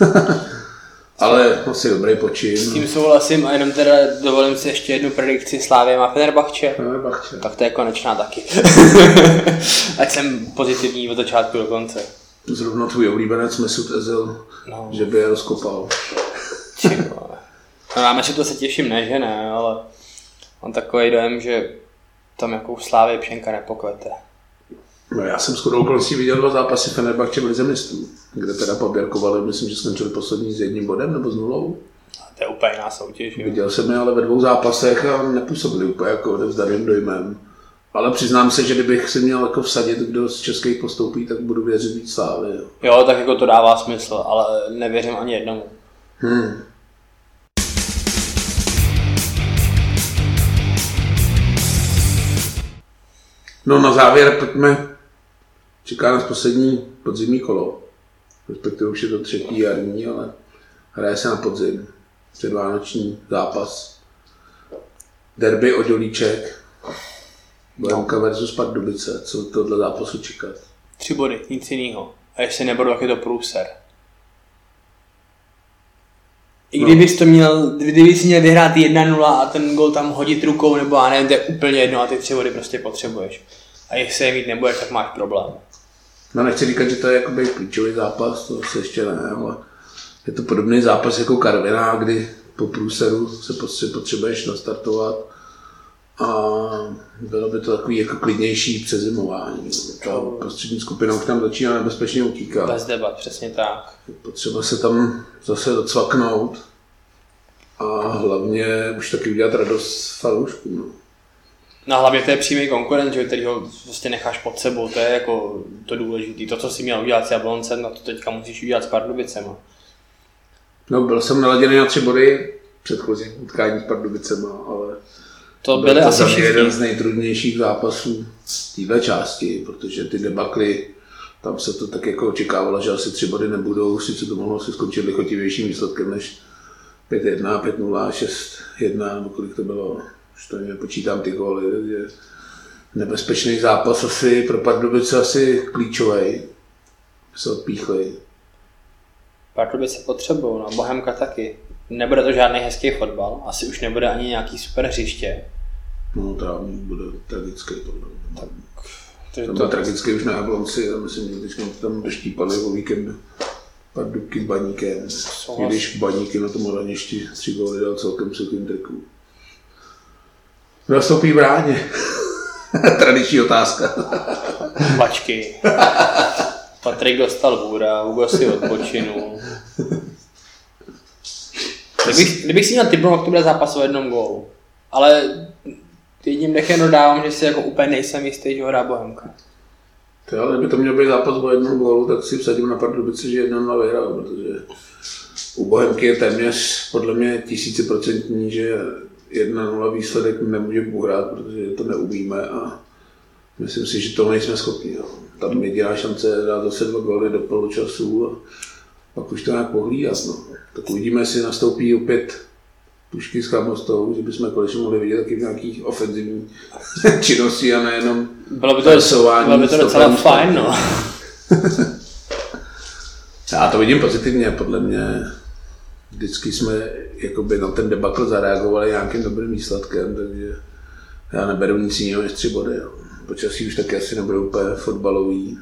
Ale asi dobrý počin.
S tím souhlasím a jenom teda dovolím si ještě jednu predikci. Slávě má Fenerbahče. Tak to je konečná taky. Ať jsem pozitivní od začátku do konce.
Zrovna tvůj oblíbenec Mesut Özil, že by je rozkopal.
No na Mesuta se těším, ne, že ne, ale mám takový dojem, že tam jako Slávě Pšenka nepokvete.
No já jsem shodou okolností viděl 2 zápasy Fenerbahče v lize mistrů, kde teda poběrkovali, myslím, že skončili poslední s 1 bodem nebo s 0.
To je úplně jiná soutěž. Jo.
Viděl jsem je ale ve 2 zápasech a nepůsobili úplně jako odevzdaným dojmem. Ale přiznám se, že kdybych si měl jako vsadit, kdo z českých postoupí, tak budu věřit víc Slávy.
Jo, tak jako to dává smysl, ale nevěřím ani jednomu.
No na závěr pojďme. Čeká nás poslední podzimní kolo. Respektive už je to 3. jarní, ale hraje se na podzim. Předvánoční zápas. Derby o Dělíček. Bohemka versus Pardubice. Co tohle zápasu čekat?
3 body, nic jiného. A jestli nebudu, tak je to průser. I kdybys to kdybys měl vyhrát 1-0 a ten gol tam hodit rukou, nebo já nevím, to je úplně jedno a ty 3 body prostě potřebuješ. A jestli je mít nebudeš, tak máš problém.
No nechci říkat, že to je jakoby klíčový zápas, to se ještě ne, ale je to podobný zápas jako Karviná, kdy po průseru se potřebuješ nastartovat a bylo by to takový jako klidnější přezimování. Ta prostřední skupina už tam začíná nebezpečně utíkat.
Bez debat, přesně tak.
Potřeba se tam zase docvaknout a hlavně už taky udělat radost fanouškům. No.
No hlavně to je přímý konkurent, který ho vlastně necháš pod sebou, to je jako to důležité. To, co jsi měl udělat s Jabloncem, na to teďka musíš udělat s Pardubicema.
No byl jsem naladěný na 3 body předchozím utkání s Pardubicema, ale
to byly asi všichni.
Jeden z nejtrudnějších zápasů v této části, protože ty debakly, tam se to tak jako očekávalo, že asi 3 body nebudou, sice to mohlo si skončit lichotivějším výsledkem než 5-1, 5-0, 6-1, nebo kolik to bylo, už to nepočítám ty góly, takže nebezpečný zápas asi pro Pardubice asi klíčový, se odpíchli.
Pardubice potřebují, no Bohemka taky. Nebude to žádný hezký fotbal, asi už nebude ani nějaký super hřiště.
No trávník bude tragický podle mě. To byl tragický už na Jablonci, a myslím, že když tam doštípali o víkendu Pardubky s Baníkem. I když Baníky na tom hraništi 3 góly dal celkem suchým triku. Nastoupí v bráně. Tradiční otázka.
Bačky. Patrik dostal bůra, Hugo si odpočinul. Kdybych si měl tipnout, jak to bude zápas o 1 gólu. Ale jedním dechem dodávám, že si jako úplně nejsem jistý, že ho hrá Bohemka.
Ale kdyby to měl být zápas o 1 gólu, tak si vsadím na Pardubice, že 1-0 vyhrál, protože u Bohemky je téměř podle mě 1000% že 1-0 výsledek nemůže uhrát, protože to neumíme a myslím si, že to nejsme schopni. Jo. Tam jediná šance je dát zase 2 góly do poločasu a pak už to nějak pohlídat. No. Tak uvidíme, jestli nastoupí opět Pušky s Chamostou, že bychom konečně mohli vidět taky v nějakých ofenzivní činnosti a nejenom presování.
Bylo by to docela fajn, no.
Já to vidím pozitivně, podle mě vždycky jsme jakoby na ten debakl zareagovali nějakým dobrým výsledkem, takže já neberu nic jiného než 3 body. Jo. Počasí už taky asi nebude úplně fotbalový.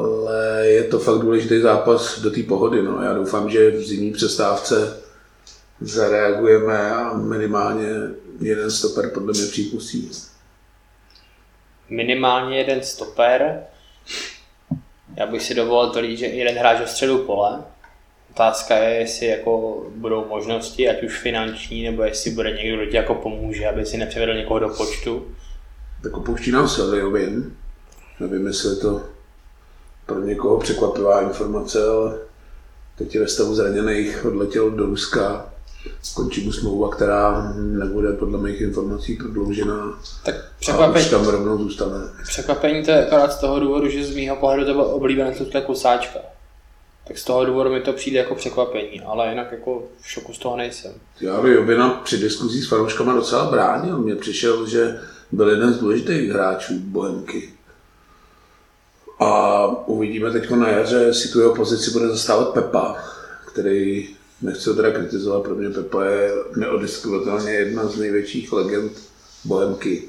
Ale je to fakt důležitý zápas do té pohody. No. Já doufám, že v zimní přestávce zareagujeme a minimálně jeden stoper podle mě připustí.
Minimálně jeden stoper. Já bych si dovolil to říct, že jeden hráč do středu pole. Otázka je, jestli jako budou možnosti, ať už finanční, nebo jestli bude někdo, kdo ti jako pomůže, aby si nepřevedl někoho do počtu.
Tak opouští nám Seliovin. Nevím, jestli je to pro někoho překvapivá informace, ale teď je ve stavu zraněných, odletěl do Ruska. Končí mu smlouva, která nebude podle mých informací prodloužená.
Tak
překvapení, a už tam rovnou zůstane.
Překvapení to je akorát z toho důvodu, že z mýho pohledu to byl oblíbenec Ludka Kusáčka. Tak z toho důvodu mi to přijde jako překvapení, ale jinak jako v šoku z toho nejsem.
Já bych Jobina při diskuzích s fanouškama docela bránil. Mně přišel, že byl jeden z důležitých hráčů Bohemky. A uvidíme teď na jaře, jestli tu jeho pozici bude zastávat Pepa, který, nechci ho teda kritizovat, pro mě Pepa je neodiskutovatelně jedna z největších legend Bohemky.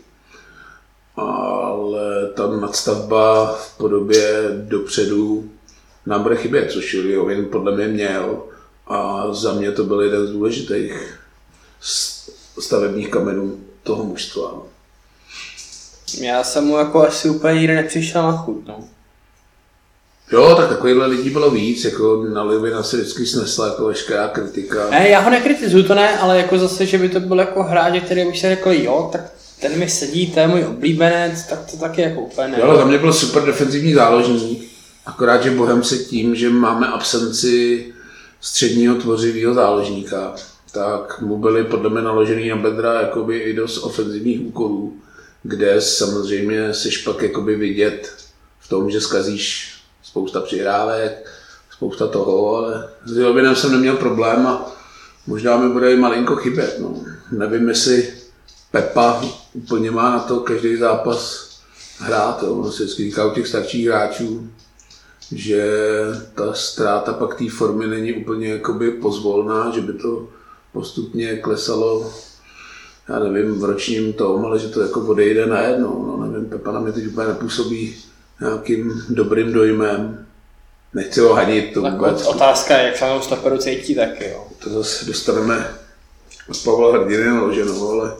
Ale ta nadstavba v podobě dopředu nám bude chybět, což Jovin podle mě měl. A za mě to byl jeden z důležitých stavebních kamenů toho mužstva.
Já jsem mu jako asi úplně nikdy nepřišel na chuť, no.
Jo, tak takovýhle lidí bylo víc, jako na Jovina se vždycky snesla jako veškerá kritika.
Ne, já ho nekritizuju, to ne, ale jako zase, že by to byl jako hráč, který bych si řekl, jo, tak ten mi sedí, to je můj oblíbenec, tak to taky jako úplně ne.
Jo, za mě byl super defenzivní záložník, akorát, že Bohem se tím, že máme absenci středního tvořivého záložníka, tak mu byly podle mě naložený na bedra jakoby i dost ofenzivních úkolů, kde samozřejmě seš pak jakoby vidět v tom, že zkazíš spousta přihrávek, spousta toho, ale s Jovinem jsem neměl problém a možná mi bude i malinko chybět. No. Nevím, jestli Pepa úplně má na to každý zápas hrát. Ono se vždycky říká u těch starších hráčů, že ta ztráta pak té formy není úplně jakoby pozvolná, že by to postupně klesalo, já nevím, v ročním tom, ale že to jako odejde najednou. No, nevím, Pepa na mě teď úplně nepůsobí nějakým dobrým dojmem. Nechci ho hanit. To vůbec.
Otázka je, jak se na stoperu cítí taky, jo.
To zase dostaneme od Pavla Hrdiny naloženou, ale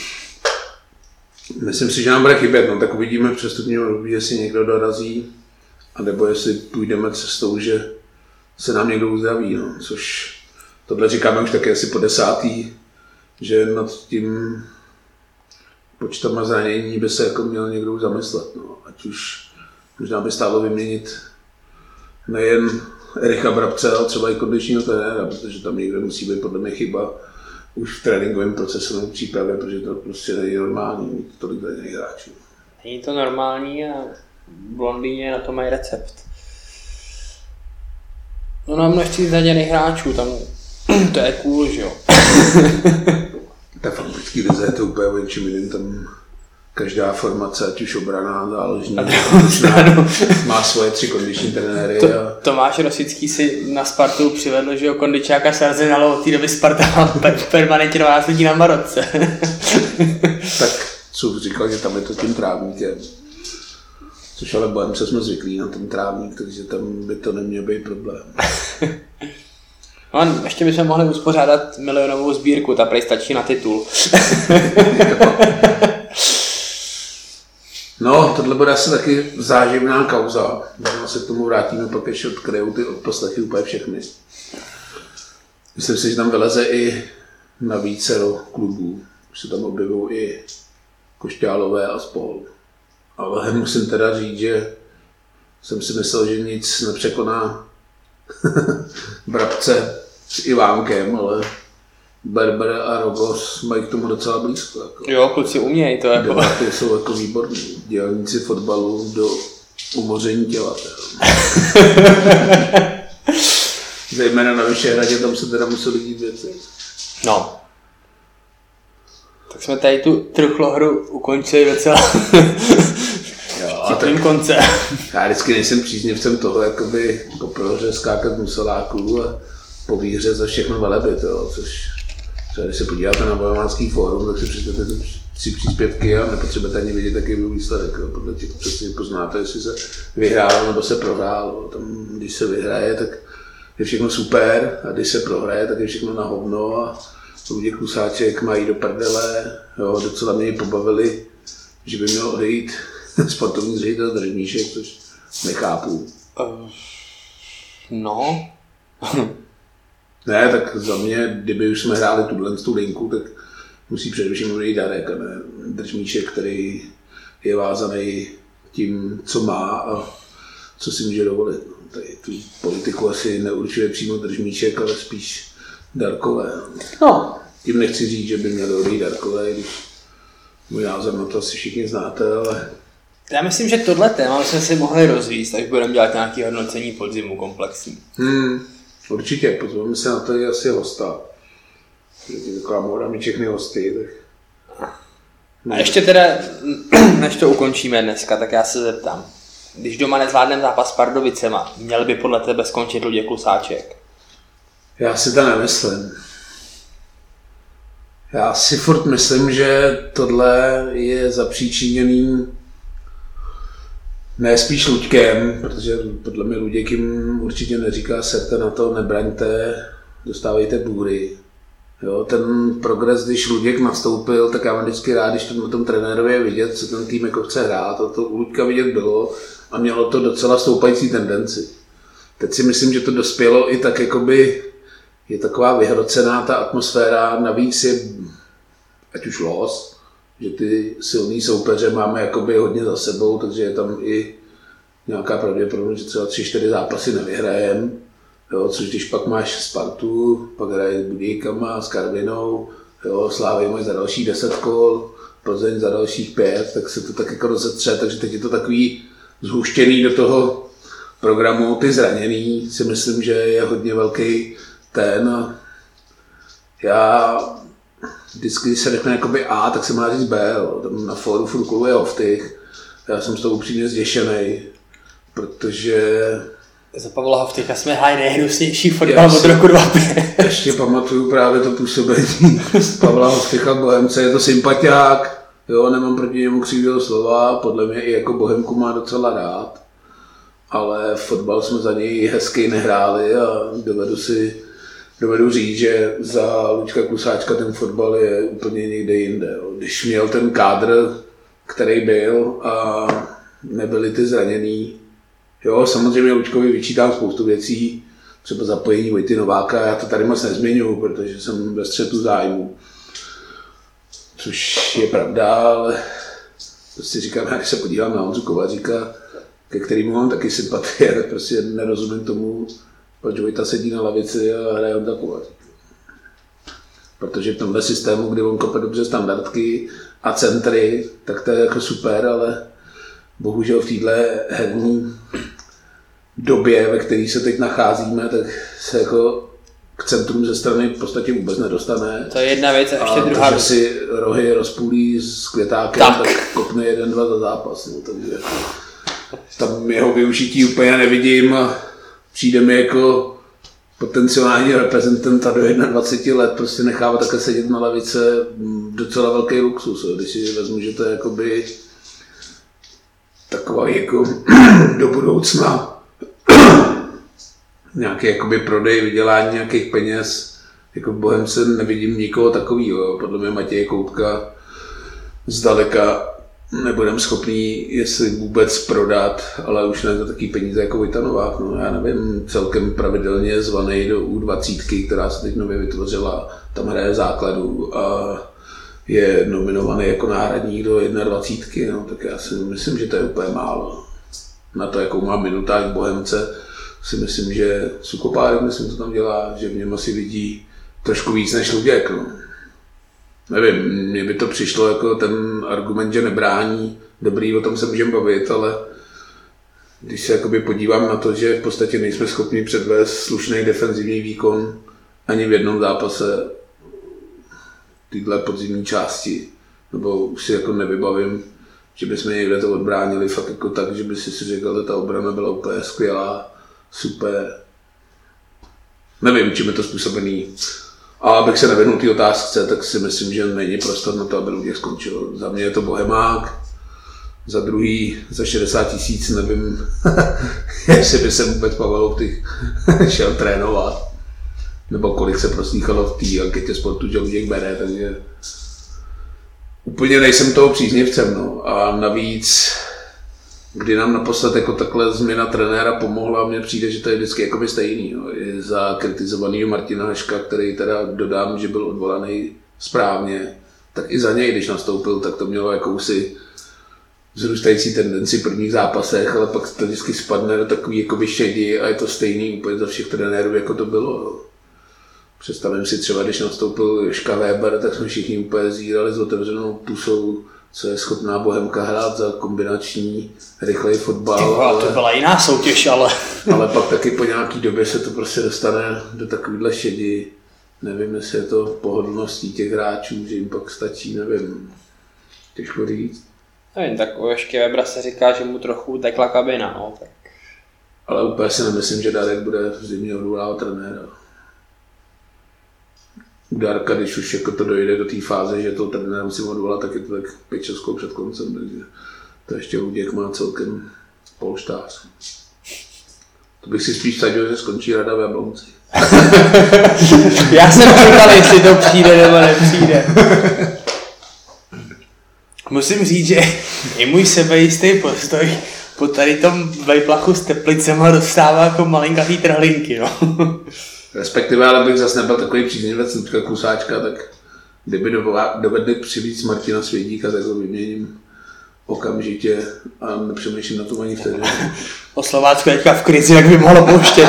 myslím si, že nám bude chybět. No, tak uvidíme přestupně, jestli někdo dorazí, anebo jestli půjdeme cestou, že se nám někdo uzdraví. No, což tohle říkáme už taky asi po 10. že nad tím počtem zranění by se jako měl někdo zamyslet. No. Ať už možná by stálo vyměnit nejen Ericha Brabce, ale třeba i kondičního trenéra, protože tam někde musí být podle mě chyba už v tréninkovém procesu nebo přípravě, protože to prostě není normální mít tolik zraněných hráčů.
Není to normální a v Londýně na to mají recept. No na množství zraněných hráčů, tam to je cool, že jo.
Ta fantastický lize je to úplně o něčem jiným, tam každá formace, ať už obraná, záložní, má svoje 3 kondiční trenéry.
Tomáš Rosický si na Spartu přivedl, že jo, kondičáka z Arsenalu, od té doby Sparta má permanentně 12 lidí na Marotce.
Tak co říkal, že tam je to tím trávníkem. Což ale Bohemce jsme zvyklí na ten trávník, takže tam by to neměl být problém.
No, ještě bychom mohli uspořádat milionovou sbírku, ta prej stačí na titul.
No, tohle bude asi taky záživná kauza. Možná se k tomu vrátíme, pak ještě odkryjou ty odposlechy úplně všechny. Myslím si, že tam vyleze i na vícero klubů. Už se tam objevují i Košťálové a spol. Ale musím teda říct, že jsem si myslel, že nic nepřekoná Brabce s Ivánkem, ale Berber a Rogos mají k tomu docela blízko. Jako.
Jo, kluci umějí to. Jako.
Debaty jsou jako výborní. Dělníci fotbalu do umoření těla. Zejména na Vyšehradě, tam se teda museli dít věci.
No. Tak jsme tady tu truchlohru ukončili docela vtipným koncem.
Já vždycky nejsem příznivcem toho, jakoby po prohře skákat museláků a po výhře za všechno velebit, což třeba když se podíváte na Bojovánský fórum, tak si přečtete 3 příspěvky a nepotřebujete ani vidět, jaký byl výsledek. Podle těch přesně poznáte, jestli se vyhrálo nebo se prohrálo. Tam, když se vyhraje, tak je všechno super a když se prohraje, tak je všechno na hovno a Luděk Klusáček mají do prdele, jo, docela mě pobavili, že by měl odejít sportovní ředitel Držmíšek, což nechápu.
No.
Ne, tak za mě, kdyby už jsme hráli tu linku, tak musí především odejít Darek a ne Držmíšek, který je vázaný tím, co má a co si může dovolit. Tady tu politiku asi neurčuje přímo Držmíšek, ale spíš Darkové.
No.
Tím nechci říct, že by měli odejít Darkové, když můj názor na to asi všichni znáte, ale...
Já myslím, že tohle téma jsme si mohli rozvíct, až budeme dělat nějaké hodnocení podzimu komplexní.
Určitě, pozveme se na to i asi hosta. Je taková móda mít všechny hosty, tak...
A ještě teda, než to ukončíme dneska, tak já se zeptám. Když doma nezvládneme zápas s Pardubicema, měl by podle tebe skončit Luděk Klusáček?
Já si to nemyslím. Já si furt myslím, že tohle je zapříčiněný ne spíš Luďkem, protože podle mě Luděk jim určitě neříká serte na to, nebraňte, dostávejte bůry. Jo, ten progres, když Luděk nastoupil, tak já mám vždycky rád, když to na tom trenérovi je vidět, co ten tým jako chce hrát. A to u Luďka vidět bylo a mělo to docela stoupající tendenci. Teď si myslím, že to dospělo i tak, jakoby je taková vyhrocená ta atmosféra, navíc je, ať už los, že ty silný soupeře máme jakoby hodně za sebou, takže je tam i nějaká pravděpodobnost, že třeba 3-4 zápasy nevyhrajeme. Jo, což když pak máš Spartu, pak hraje s Budějkama, s Karvinou, jo, Slávy mají za další 10 kol, Plzeň za dalších 5, tak se to tak jako rozetře, takže teď je to takový zhuštěný do toho programu. Ty zraněný si myslím, že je hodně velký ten. Já vždycky, když se řekne jakoby A, tak se má říct B, jo. Tam na fóru furt koluje Hoftych. Já jsem z toho upřímně zděšenej, protože
Za Pavla Hoftycha jsme hráli nejhnusnější fotbal od roku 2005.
Ještě pamatuju právě to působení Pavla Hoftycha Bohemce, je to sympatiák, jo, nemám proti němu křivého slova, podle mě i jako Bohemku má docela rád, ale fotbal jsme za něj hezky nehráli a dovedu říct, že za Luďka Klusáčka ten fotbal je úplně někde jinde. Jo. Když měl ten kádr, který byl a nebyli ty zraněný, jo, samozřejmě Luďkovi vyčítám spoustu věcí, třeba zapojení Vojty Nováka, já to tady moc nezmiňuji, protože jsem ve střetu zájmu. Což je pravda, ale prostě říkám, já když se podívám na Honzu Kovaříka, ke kterému mám taky sympatie, tak prostě nerozumím tomu, proč Vojta sedí na lavici a hraje Honza Kovařík. Protože v tomhle systému, kdy on kope dobře standardky a centry, tak to je jako super, ale bohužel v této herní době, ve které se teď nacházíme, tak se jako k centrum ze strany v podstatě vůbec nedostane.
To je jedna věc a ještě druhá
věc. Si rohy rozpůlí s Květákem, tak kopne 1-2 za zápas. No, takže tam jeho využití úplně nevidím a přijde mi jako potenciální reprezentanta do 21 let prostě nechává také sedět na lavice docela velký luxus. Když si vezmu, že to je jakoby taková jako do budoucna nějaký jakoby prodej, vydělání nějakých peněz. Jako v Bohemce nevidím nikoho takového. Podle mě Matěj Koutka zdaleka nebudem schopný, jestli vůbec prodat, ale už ne za takový peníze jako Vojta Novák. No, já nevím, celkem pravidelně zvaný do U20, která se teď nově vytvořila, tam hraje v základu a je nominovaný jako náhradník do 21, no, tak já si myslím, že to je úplně málo. Na to, jakou má minutáž v Bohemce, si myslím, že Sukopárek, myslím, to tam dělá, že v něm asi vidí trošku víc než Luděk. No. Nevím, mně by to přišlo jako ten argument, že nebrání, dobrý, o tom se můžeme bavit, ale když se jakoby podívám na to, že v podstatě nejsme schopni předvést slušný defenzivní výkon ani v jednom zápase tyhle podzimní části, nebo už si jako nevybavím, že bychom někde to odbránili fakt jako tak, že by si řekl, že ta obrana byla úplně skvělá, super. Nevím, čím je to způsobený. A abych se nevěnul té otázce, tak si myslím, že není prostor na to, aby Luděk skončil. Za mě je to bohemák, Za druhý, za 60 000 nevím, jestli by se vůbec Pavel šel trénovat. Nebo kolik se proslýchalo v té anketě sportu, že Luděk bere, takže úplně nejsem toho příznivcem. No. A navíc, kdy nám naposled jako takhle změna trenéra pomohla, mně přijde, že to je vždycky jakoby stejný. No. Je za kritizovanýho Martina Haška, který teda dodám, že byl odvolaný správně, tak i za něj, když nastoupil, tak to mělo jakousi vzrůstající tendenci v prvních zápasech, ale pak to vždycky spadne do takový jakoby šedi a je to stejný úplně za všech trenérů, jako to bylo. No. Představím si třeba, když nastoupil Joška Weber, tak jsme všichni úplně zírali s otevřenou pusou, co je schopná Bohemka hrát za kombinační rychlej fotbal.
Ale to byla jiná soutěž, ale...
ale pak taky po nějaký době se to prostě dostane do takovýhle šedi. Nevím, jestli je to pohodlností těch hráčů, že jim pak stačí, nevím. Těžko říct.
Nevím, tak o Jošky Webera se říká, že mu trochu utekla kabina, no. Tak.
Ale úplně si nemyslím, že Darek bude v zimě odvolávat trenéra. U Darka, když už jako to dojde do té fáze, že to trenéra musím odvolat, tak je to tak 5-6 kol před koncem, takže to ještě Luděk má celkem polštář. To bych si spíš vsadil, že skončí Rada v Jablonci.
Já jsem čekal, jestli to přijde nebo nepřijde. Musím říct, že i můj sebejistý postoj po tady tom vejplachu s Teplicema dostává jako malinkatý trhlinky, no.
Respektive, ale bych zase nebyl takový příznivec Ludka Klusáčka, tak kdyby dovedli přivít Martina Svědíka, tak ho vyměním okamžitě a nepřemýšlím na tom ani vtedy.
O Slovácku teďka v krizi, jak by mohlo pouštět.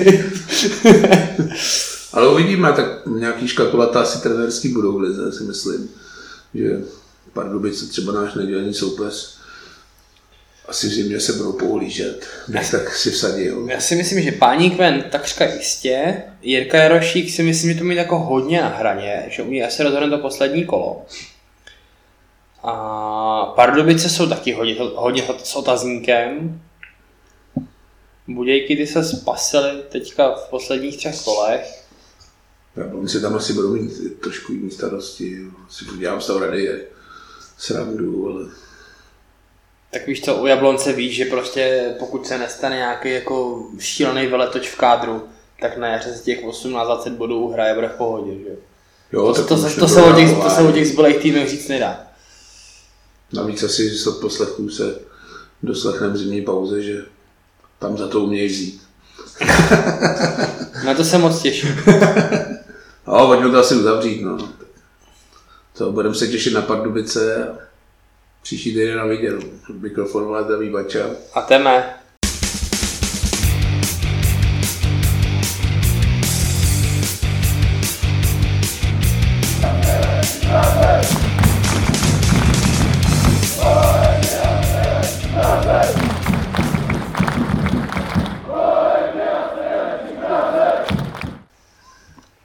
Ale uvidíme, tak nějaký škatulata asi trenérský budou v lize, si myslím, že Pardubice třeba náš nedělný soupeř asi v zimě se budou pohlížet, tak si vsadil.
Já si myslím, že Páník ven takřka jistě, Jirka Jarošík si myslím, že to mít jako hodně na hraně, že umí asi rozhodnout to poslední kolo. A Pardubice jsou taky hodně s otazníkem. Budějky ty se spasily teďka v posledních 3 kolech.
Jablonci tam asi budou mít trošku jiný starosti, si podívám z toho Rady srandu, ale...
Tak víš co, u Jablonce víš, že prostě pokud se nestane nějaký jako šílený veletoč v kádru, tak na jaře z těch 18-20 bodů hraje bude v pohodě, že?
Jo,
to se o těch zbylých týmech říct nedá.
Navíc asi z poslechů se doslechneme zimní pauze, že tam za to umějí vzít.
Na to se moc těším.
No, pojďme to asi uzavřít, no. To budeme se těšit na Pardubice a příští týden na viděnou. Mikrofon má Zdravý Bača.
A teme.